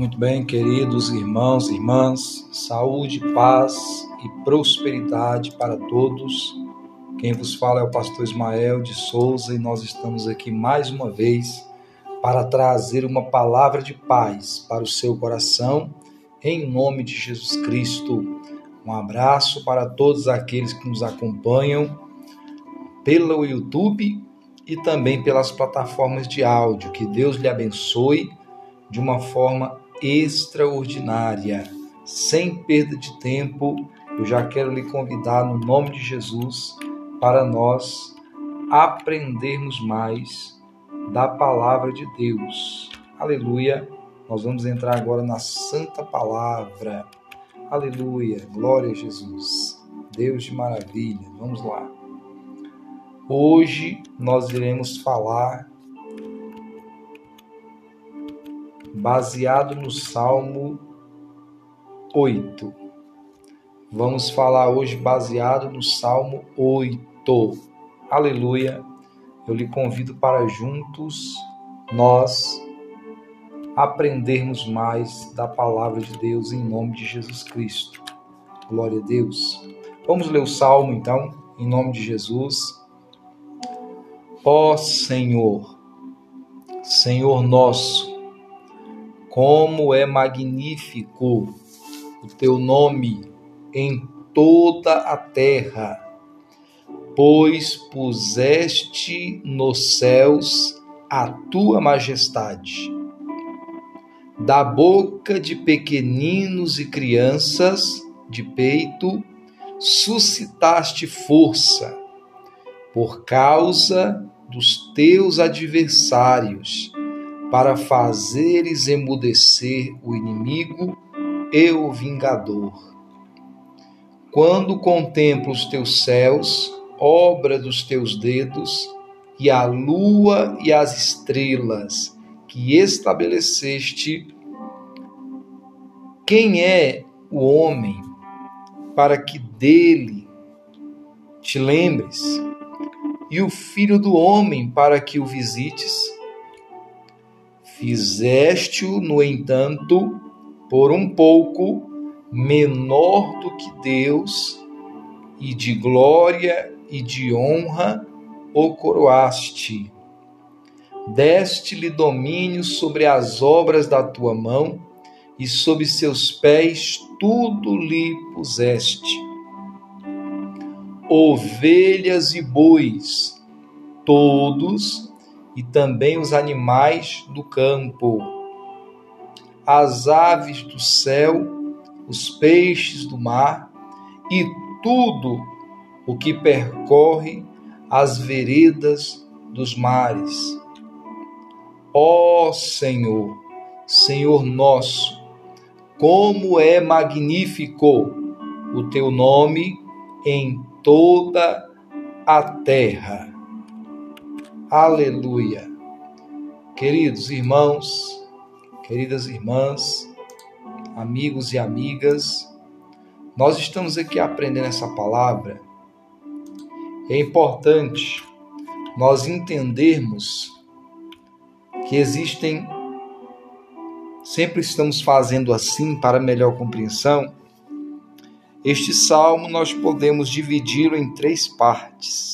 Muito bem, queridos irmãos e irmãs, saúde, paz e prosperidade para todos. Quem vos fala é o pastor Ismael de Souza e nós estamos aqui mais uma vez para trazer uma palavra de paz para o seu coração, em nome de Jesus Cristo. Um abraço para todos aqueles que nos acompanham pelo YouTube e também pelas plataformas de áudio. Que Deus lhe abençoe de uma forma extraordinária. Sem perda de tempo, eu já quero lhe convidar no nome de Jesus para nós aprendermos mais da palavra de Deus. Aleluia! Nós vamos entrar agora na santa palavra. Aleluia! Glória a Jesus! Deus de maravilha! Vamos lá. Hoje nós iremos falar baseado no Salmo 8. Vamos falar hoje baseado no Salmo 8. Aleluia! Eu lhe convido para juntos nós aprendermos mais da palavra de Deus em nome de Jesus Cristo. Glória a Deus. Vamos ler o Salmo então, em nome de Jesus. Ó Senhor, Senhor nosso, como é magnífico o teu nome em toda a terra, pois puseste nos céus a tua majestade. Da boca de pequeninos e crianças de peito, suscitaste força, por causa dos teus adversários, para fazeres emudecer o inimigo e o vingador. Quando contemplo os teus céus, obra dos teus dedos, e a lua e as estrelas que estabeleceste, quem é o homem para que dele te lembres, e o filho do homem para que o visites? Fizeste-o, no entanto, por um pouco menor do que Deus, e de glória e de honra o coroaste. Deste-lhe domínio sobre as obras da tua mão, e sob seus pés tudo lhe puseste. Ovelhas e bois, todos, e também os animais do campo, as aves do céu, os peixes do mar e tudo o que percorre as veredas dos mares. Ó Senhor, Senhor nosso, como é magnífico o teu nome em toda a terra. Aleluia! Queridos irmãos, queridas irmãs, amigos e amigas, nós estamos aqui aprendendo essa palavra. É importante nós entendermos que existem, sempre estamos fazendo assim para melhor compreensão. Este salmo nós podemos dividi-lo em três partes.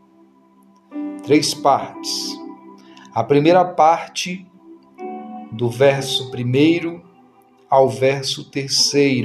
A primeira parte, do verso 1 ao verso 3,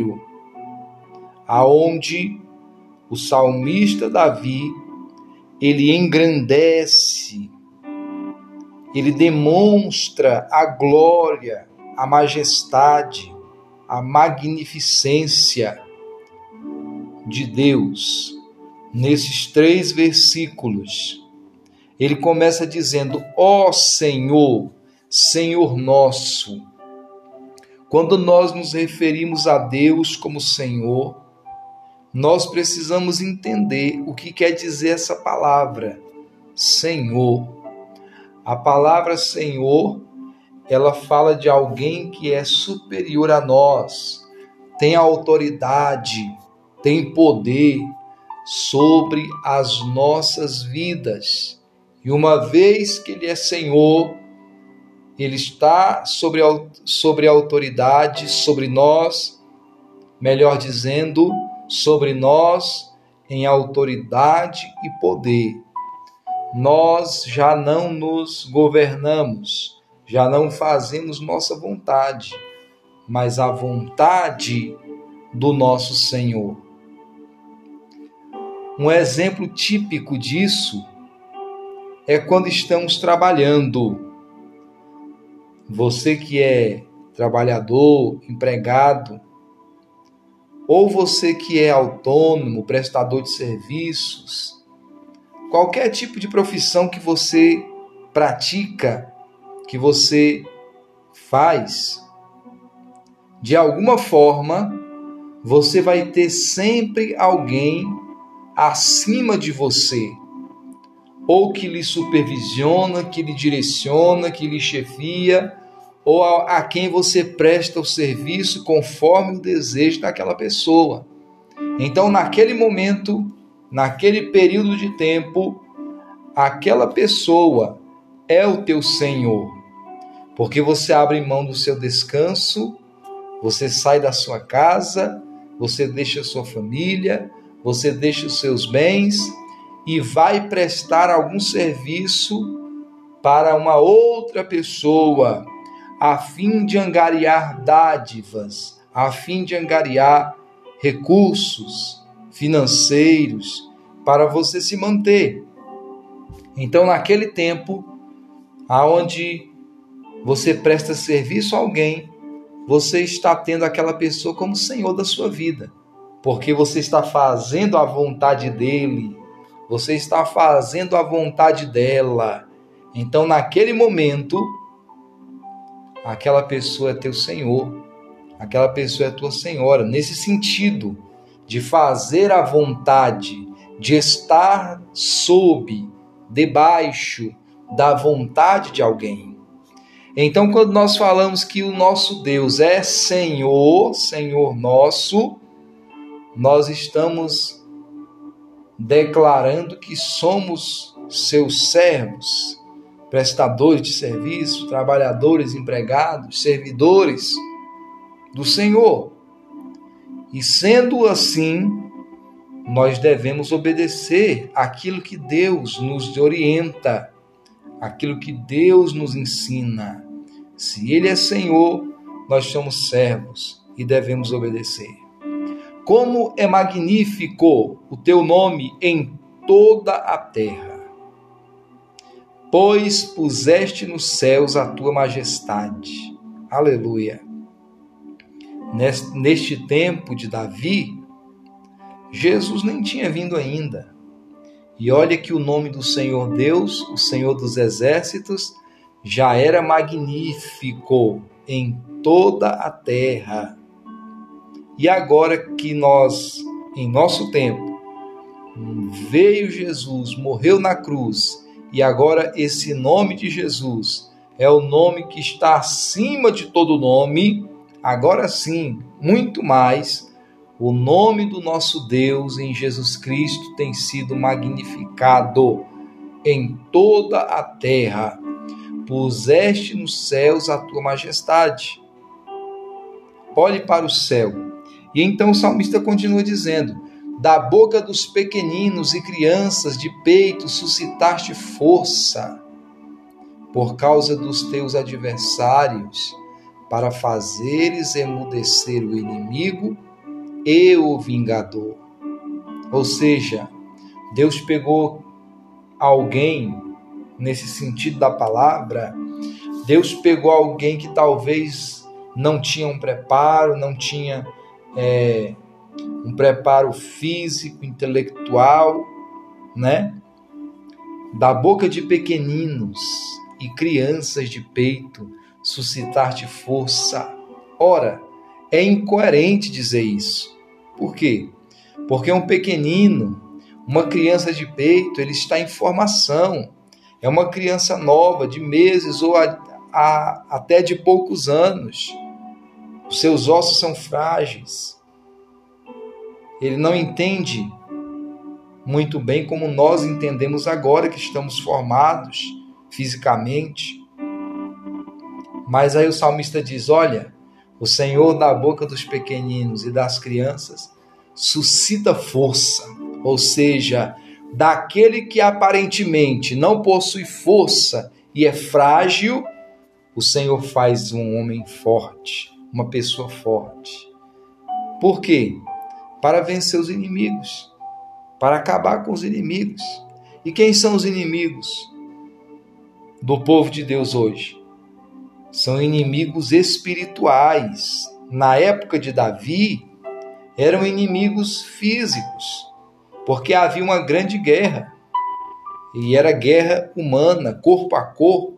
aonde o salmista Davi, ele engrandece, ele demonstra a glória, a majestade, a magnificência de Deus. Nesses 3 versículos, ele começa dizendo: ó Senhor, Senhor nosso. Quando nós nos referimos a Deus como Senhor, nós precisamos entender o que quer dizer essa palavra, Senhor. A palavra Senhor, ela fala de alguém que é superior a nós, tem autoridade, tem poder sobre as nossas vidas. E uma vez que Ele é Senhor, Ele está sobre a autoridade, sobre nós, melhor dizendo, sobre nós em autoridade e poder. Nós já não nos governamos, já não fazemos nossa vontade, mas a vontade do nosso Senhor. Um exemplo típico disso é quando estamos trabalhando. Você que é trabalhador, empregado, ou você que é autônomo, prestador de serviços, qualquer tipo de profissão que você pratica, que você faz, de alguma forma, você vai ter sempre alguém acima de você, ou que lhe supervisiona, que lhe direciona, que lhe chefia, ou a quem você presta o serviço conforme o desejo daquela pessoa. Então, naquele momento, naquele período de tempo, aquela pessoa é o teu Senhor, porque você abre mão do seu descanso, você sai da sua casa, você deixa a sua família, você deixa os seus bens e vai prestar algum serviço para uma outra pessoa, a fim de angariar dádivas, a fim de angariar recursos financeiros para você se manter. Então, naquele tempo, aonde você presta serviço a alguém, você está tendo aquela pessoa como Senhor da sua vida, porque você está fazendo a vontade dele, você está fazendo a vontade dela. Então, naquele momento, aquela pessoa é teu Senhor, aquela pessoa é tua Senhora, nesse sentido de fazer a vontade, de estar debaixo da vontade de alguém. Então, quando nós falamos que o nosso Deus é Senhor, Senhor nosso, nós estamos declarando que somos seus servos, prestadores de serviço, trabalhadores, empregados, servidores do Senhor. E sendo assim, nós devemos obedecer aquilo que Deus nos orienta, aquilo que Deus nos ensina. Se Ele é Senhor, nós somos servos e devemos obedecer. Como é magnífico o teu nome em toda a terra, pois puseste nos céus a tua majestade. Aleluia. Neste tempo de Davi, Jesus nem tinha vindo ainda. E olha que o nome do Senhor Deus, o Senhor dos Exércitos, já era magnífico em toda a terra. E agora que nós, em nosso tempo, veio Jesus, morreu na cruz, e agora esse nome de Jesus é o nome que está acima de todo nome, agora sim, muito mais, o nome do nosso Deus em Jesus Cristo tem sido magnificado em toda a terra. Puseste nos céus a tua majestade. Olhe para o céu. E então o salmista continua dizendo: da boca dos pequeninos e crianças de peito suscitaste força, por causa dos teus adversários, para fazeres emudecer o inimigo e o vingador. Ou seja, Deus pegou alguém, nesse sentido da palavra, Deus pegou alguém que talvez não tinha um preparo, não tinha um preparo físico, intelectual, né? Da boca de pequeninos e crianças de peito suscitar-te força. Ora, é incoerente dizer isso. Por quê? Porque um pequenino, uma criança de peito, ele está em formação. É uma criança nova, de meses ou até de poucos anos. Os seus ossos são frágeis. Ele não entende muito bem como nós entendemos agora que estamos formados fisicamente. Mas aí o salmista diz, olha, o Senhor da boca dos pequeninos e das crianças suscita força, ou seja, daquele que aparentemente não possui força e é frágil, o Senhor faz um homem forte, uma pessoa forte. Por quê? Para vencer os inimigos, para acabar com os inimigos. E quem são os inimigos do povo de Deus hoje? São inimigos espirituais. Na época de Davi, eram inimigos físicos, porque havia uma grande guerra, e era guerra humana, corpo a corpo.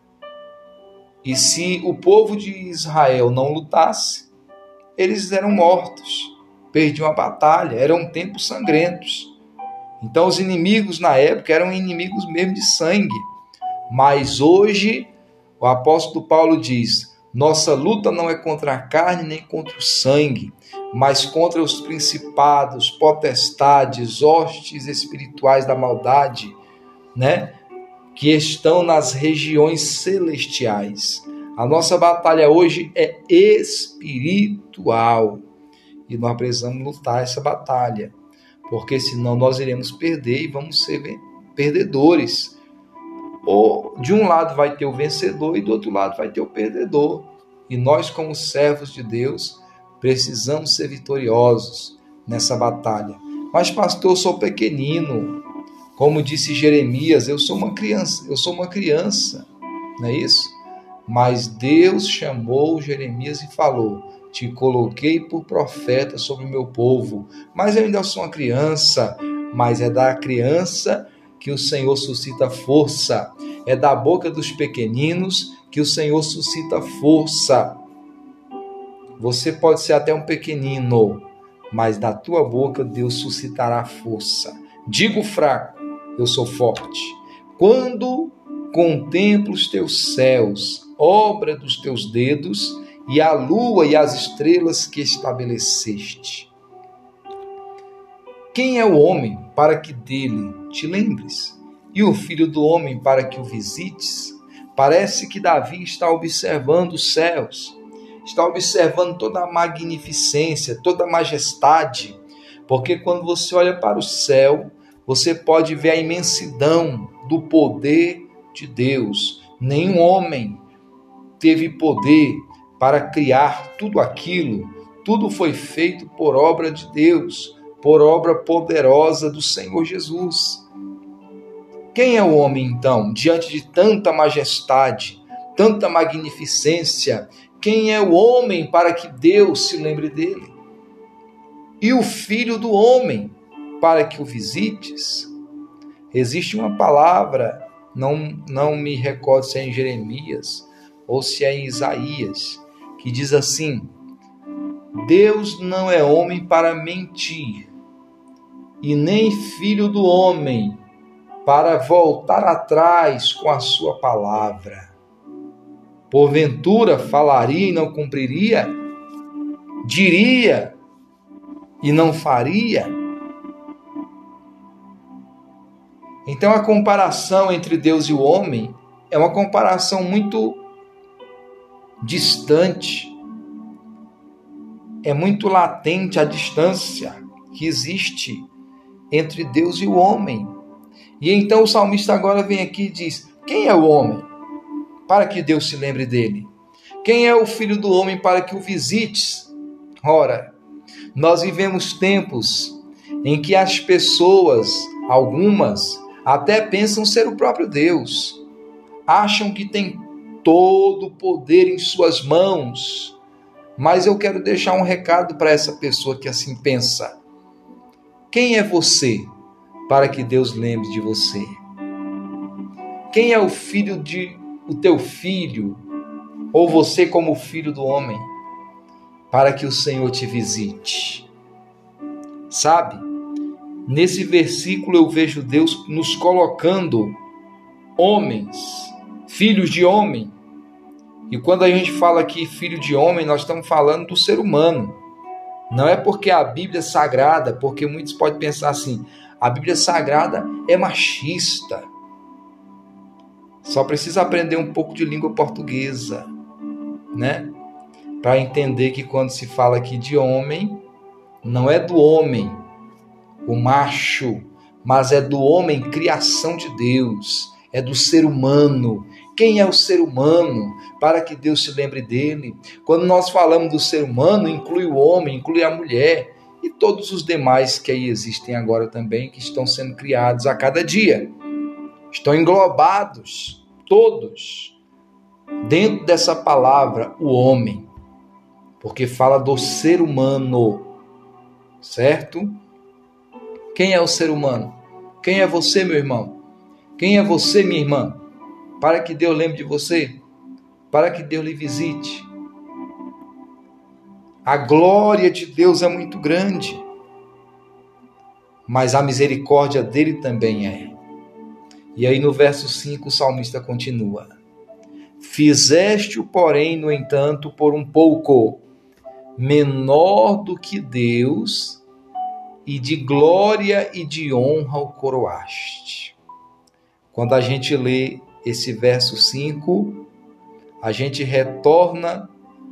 E se o povo de Israel não lutasse, eles eram mortos, perdiam a batalha, eram tempos sangrentos. Então os inimigos na época eram inimigos mesmo de sangue. Mas hoje, o apóstolo Paulo diz, nossa luta não é contra a carne nem contra o sangue, mas contra os principados, potestades, hostes espirituais da maldade, né? Que estão nas regiões celestiais. A nossa batalha hoje é espiritual e nós precisamos lutar essa batalha, porque senão nós iremos perder e vamos ser perdedores. Ou de um lado vai ter o vencedor e do outro lado vai ter o perdedor. E nós, como servos de Deus, precisamos ser vitoriosos nessa batalha. Mas pastor, eu sou pequenino. Como disse Jeremias, eu sou uma criança, não é isso? Mas Deus chamou Jeremias e falou, te coloquei por profeta sobre o meu povo, mas eu ainda sou uma criança, mas é da criança que o Senhor suscita força, é da boca dos pequeninos que o Senhor suscita força. Você pode ser até um pequenino, mas da tua boca Deus suscitará força. Digo fraco, eu sou forte. Quando contemplo os teus céus, obra dos teus dedos, e a lua e as estrelas que estabeleceste. Quem é o homem para que dele te lembres? E o filho do homem para que o visites? Parece que Davi está observando os céus, está observando toda a magnificência, toda a majestade, porque quando você olha para o céu, você pode ver a imensidão do poder de Deus. Nenhum homem teve poder para criar tudo aquilo. Tudo foi feito por obra de Deus, por obra poderosa do Senhor Jesus. Quem é o homem, então, diante de tanta majestade, tanta magnificência? Quem é o homem para que Deus se lembre dele? E o filho do homem para que o visites? Existe uma palavra, não me recordo se é em Jeremias ou se é em Isaías, que diz assim, Deus não é homem para mentir, e nem filho do homem para voltar atrás com a sua palavra. Porventura falaria e não cumpriria? Diria e não faria? Então a comparação entre Deus e o homem é uma comparação muito distante. É muito latente a distância que existe entre Deus e o homem. E então o salmista agora vem aqui e diz, quem é o homem para que Deus se lembre dele? Quem é o filho do homem para que o visites? Ora, nós vivemos tempos em que as pessoas, algumas, até pensam ser o próprio Deus. Acham que tem todo o poder em suas mãos. Mas eu quero deixar um recado para essa pessoa que assim pensa. Quem é você para que Deus lembre de você? Quem é o teu filho, ou você como filho do homem, para que o Senhor te visite? Sabe, nesse versículo eu vejo Deus nos colocando homens, filhos de homem. E quando a gente fala aqui filho de homem, nós estamos falando do ser humano. Não é porque a Bíblia é sagrada, porque muitos podem pensar assim, a Bíblia sagrada é machista. Só precisa aprender um pouco de língua portuguesa. né? Para entender que quando se fala aqui de homem, não é do homem, o macho, mas é do homem, criação de Deus, é do ser humano. Quem é o ser humano? Para que Deus se lembre dele. Quando nós falamos do ser humano, inclui o homem, inclui a mulher e todos os demais que aí existem agora também, que estão sendo criados a cada dia. Estão englobados, todos, dentro dessa palavra, o homem, porque fala do ser humano, certo? Quem é o ser humano? Quem é você, meu irmão? Quem é você, minha irmã? Para que Deus lembre de você, para que Deus lhe visite. A glória de Deus é muito grande, mas a misericórdia dele também é. E aí no verso 5 o salmista continua: fizeste-o, porém, no entanto, por um pouco menor do que Deus, e de glória e de honra o coroaste. Quando a gente lê esse verso 5, a gente retorna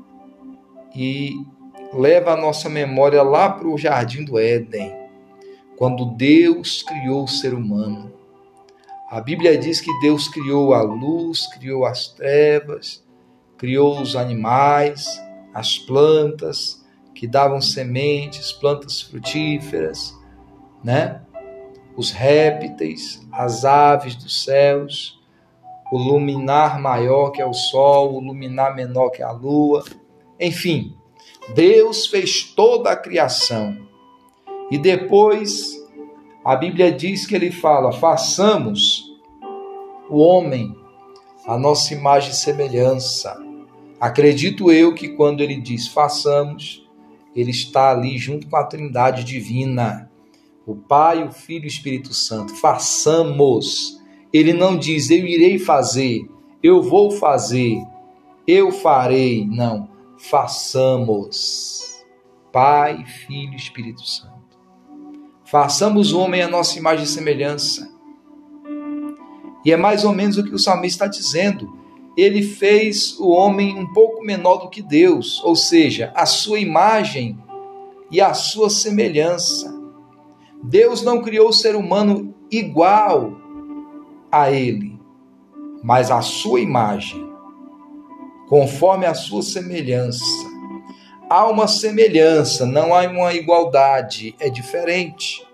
e leva a nossa memória lá para o jardim do Éden, quando Deus criou o ser humano. A Bíblia diz que Deus criou a luz, criou as trevas, criou os animais, as plantas que davam sementes, plantas frutíferas, né? Os répteis, as aves dos céus, o luminar maior que é o sol, o luminar menor que é a lua. Enfim, Deus fez toda a criação. E depois a Bíblia diz que ele fala: façamos o homem a nossa imagem e semelhança. Acredito eu que quando ele diz façamos, ele está ali junto com a Trindade divina, o Pai, o Filho e o Espírito Santo. Façamos. Ele não diz eu irei fazer, eu vou fazer, eu farei. Não, façamos. Pai, Filho e Espírito Santo. Façamos o homem a nossa imagem e semelhança. E é mais ou menos o que o salmista está dizendo. Ele fez o homem um pouco menor do que Deus, ou seja, a sua imagem e a sua semelhança. Deus não criou o ser humano igual a ele, mas a sua imagem, conforme a sua semelhança. Há uma semelhança, não há uma igualdade, é diferente.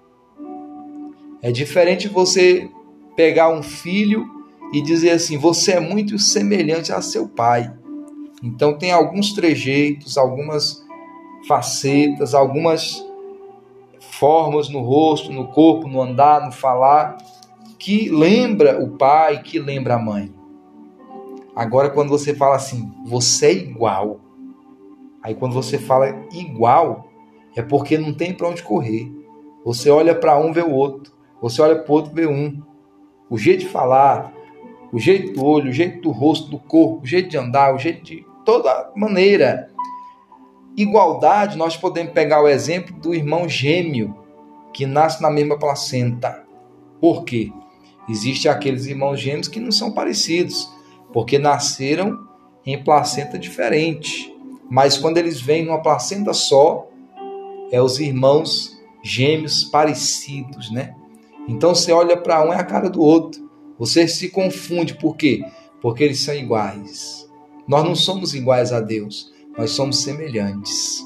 É diferente você pegar um filho e dizer assim: você é muito semelhante a seu pai. Então tem alguns trejeitos, algumas facetas, algumas formas no rosto, no corpo, no andar, no falar, que lembra o pai, que lembra a mãe. Agora quando você fala assim, você é igual. Aí quando você fala igual, é porque não tem para onde correr. Você olha para um, vê o outro. Você olha para o outro, vê um. O jeito de falar, o jeito do olho, o jeito do rosto, do corpo, o jeito de andar, o jeito de toda maneira. Igualdade, nós podemos pegar o exemplo do irmão gêmeo que nasce na mesma placenta. Por quê? Existem aqueles irmãos gêmeos que não são parecidos, porque nasceram em placenta diferente. Mas quando eles vêm numa placenta só, é os irmãos gêmeos parecidos, né? Então você olha para um, é a cara do outro. Você se confunde. Por quê? Porque eles são iguais. Nós não somos iguais a Deus. Nós somos semelhantes.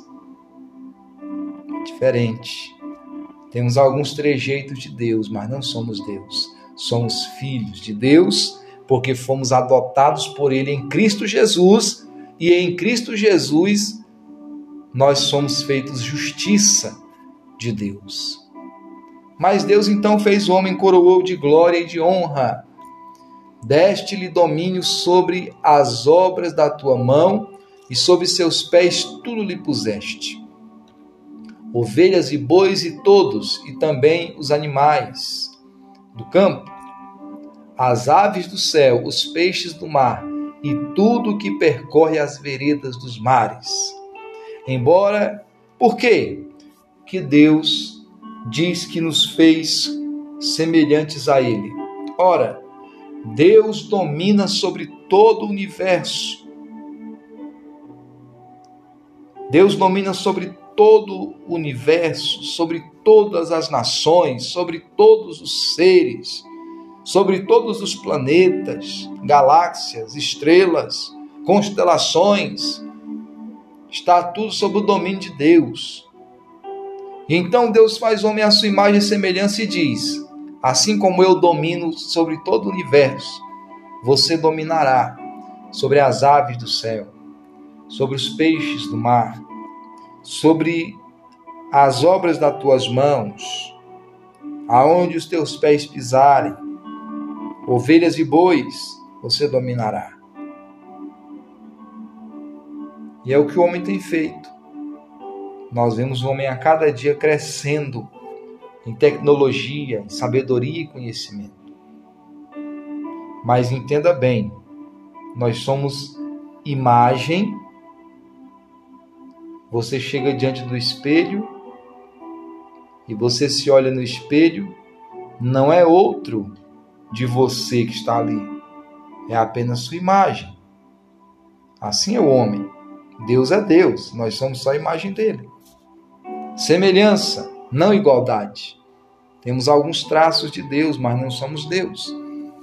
Diferente. Temos alguns trejeitos de Deus, mas não somos Deus. Somos filhos de Deus, porque fomos adotados por Ele em Cristo Jesus. E em Cristo Jesus, nós somos feitos justiça de Deus. Mas Deus então fez o homem, coroou de glória e de honra. Deste-lhe domínio sobre as obras da tua mão, e sobre seus pés tudo lhe puseste. Ovelhas e bois e todos, e também os animais do campo, as aves do céu, os peixes do mar, e tudo que percorre as veredas dos mares. Embora, por quê? Que Deus diz que nos fez semelhantes a Ele. Ora, Deus domina sobre todo o universo. Deus domina sobre todo o universo, sobre todas as nações, sobre todos os seres, sobre todos os planetas, galáxias, estrelas, constelações. Está tudo sob o domínio de Deus. E então Deus faz homem à sua imagem e semelhança e diz: assim como eu domino sobre todo o universo, você dominará sobre as aves do céu, sobre os peixes do mar, sobre as obras das tuas mãos, aonde os teus pés pisarem, ovelhas e bois, você dominará. E é o que o homem tem feito. Nós vemos o homem a cada dia crescendo em tecnologia, em sabedoria e conhecimento. Mas entenda bem, nós somos imagem. Você chega diante do espelho e você se olha no espelho, não é outro de você que está ali, é apenas sua imagem. Assim é o homem. Deus é Deus, nós somos só a imagem dele. Semelhança, não igualdade. Temos alguns traços de Deus, mas não somos Deus.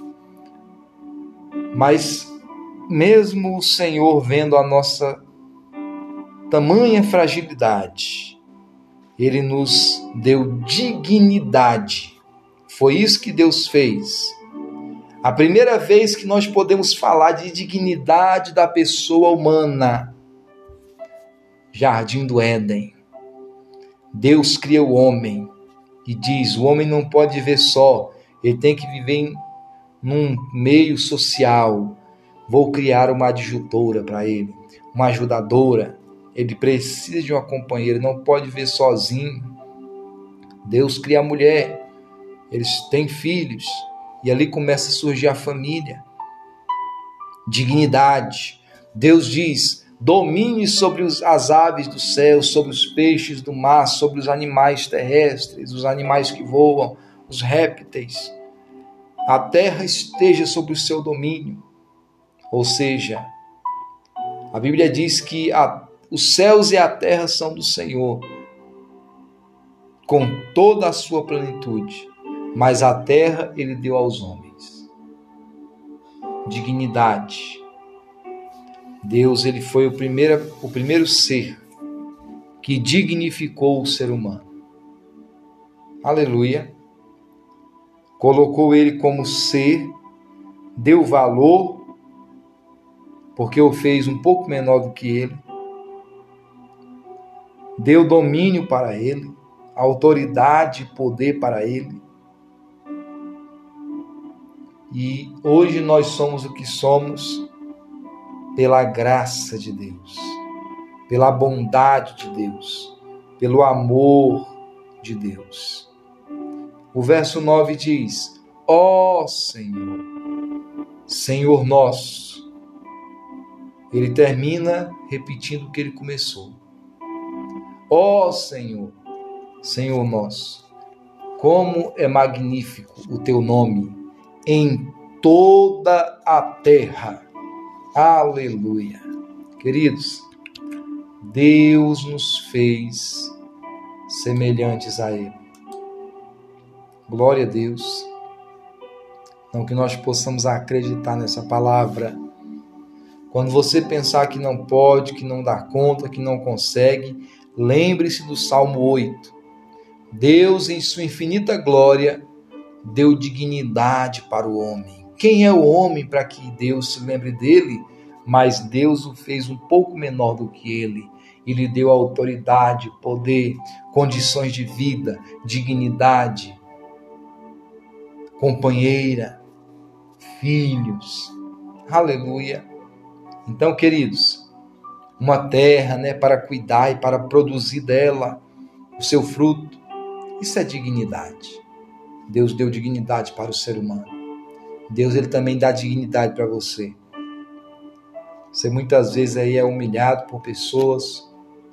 Mas mesmo o Senhor vendo a nossa tamanha fragilidade, Ele nos deu dignidade. Foi isso que Deus fez. A primeira vez que nós podemos falar de dignidade da pessoa humana, Jardim do Éden. Deus cria o homem e diz: o homem não pode viver só, ele tem que viver num meio social. Vou criar uma adjutora para ele, uma ajudadora. Ele precisa de uma companheira, não pode viver sozinho. Deus cria a mulher, eles têm filhos, e ali começa a surgir a família. Dignidade. Deus diz: domine sobre as aves do céu, sobre os peixes do mar, sobre os animais terrestres, os animais que voam, os répteis. A terra esteja sob o seu domínio. Ou seja, a Bíblia diz que os céus e a terra são do Senhor, com toda a sua plenitude, mas a terra Ele deu aos homens. Dignidade. Deus, Ele foi o primeiro ser que dignificou o ser humano. Aleluia. Colocou ele como ser, deu valor, porque o fez um pouco menor do que ele, deu domínio para ele, autoridade e poder para ele. E hoje nós somos o que somos pela graça de Deus, pela bondade de Deus, pelo amor de Deus. O verso 9 diz: ó Senhor, Senhor nosso. Ele termina repetindo o que ele começou. Ó Senhor, Senhor nosso, como é magnífico o teu nome em toda a terra. Aleluia. Queridos, Deus nos fez semelhantes a Ele. Glória a Deus. Então que nós possamos acreditar nessa palavra. Quando você pensar que não pode, que não dá conta, que não consegue, lembre-se do Salmo 8. Deus, em sua infinita glória, deu dignidade para o homem. Quem é o homem para que Deus se lembre dele? Mas Deus o fez um pouco menor do que ele. E lhe deu autoridade, poder, condições de vida, dignidade, companheira, filhos. Aleluia. Então, queridos, uma terra, para cuidar e para produzir dela o seu fruto, isso é dignidade. Deus deu dignidade para o ser humano. Deus, ele também dá dignidade para você. Você muitas vezes aí é humilhado por pessoas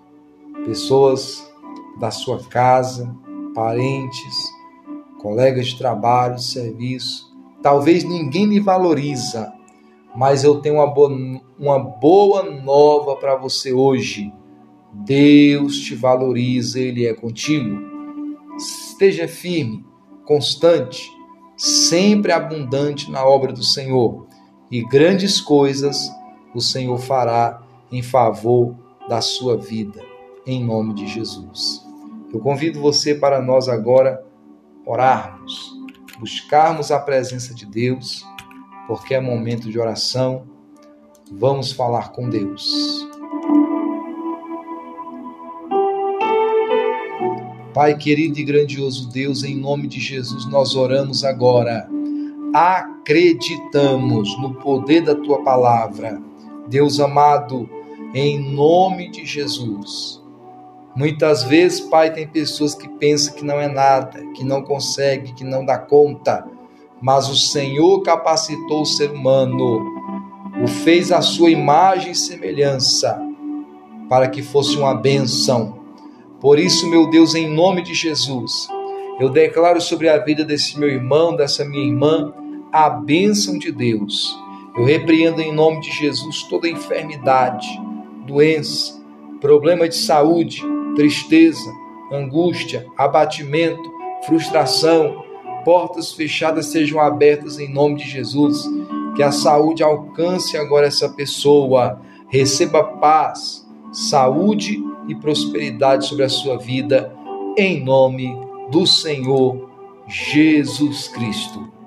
da sua casa, parentes, colegas de trabalho, serviço. Talvez ninguém lhe valoriza, mas eu tenho uma boa nova para você hoje. Deus te valoriza, Ele é contigo. Esteja firme, constante, sempre abundante na obra do Senhor, e grandes coisas o Senhor fará em favor da sua vida, em nome de Jesus. Eu convido você para nós agora orarmos, buscarmos a presença de Deus, porque é momento de oração. Vamos falar com Deus. Pai querido e grandioso Deus, em nome de Jesus nós oramos agora. Acreditamos no poder da Tua palavra. Deus amado, em nome de Jesus. Muitas vezes, Pai, tem pessoas que pensam que não é nada, que não consegue, que não dá conta, mas o Senhor capacitou o ser humano, o fez à sua imagem e semelhança, para que fosse uma bênção. Por isso, meu Deus, em nome de Jesus, eu declaro sobre a vida desse meu irmão, dessa minha irmã, a bênção de Deus. Eu repreendo em nome de Jesus toda enfermidade, doença, problema de saúde, tristeza, angústia, abatimento, frustração. Portas fechadas sejam abertas em nome de Jesus. Que a saúde alcance agora essa pessoa. Receba paz, saúde e prosperidade sobre a sua vida, em nome do Senhor Jesus Cristo.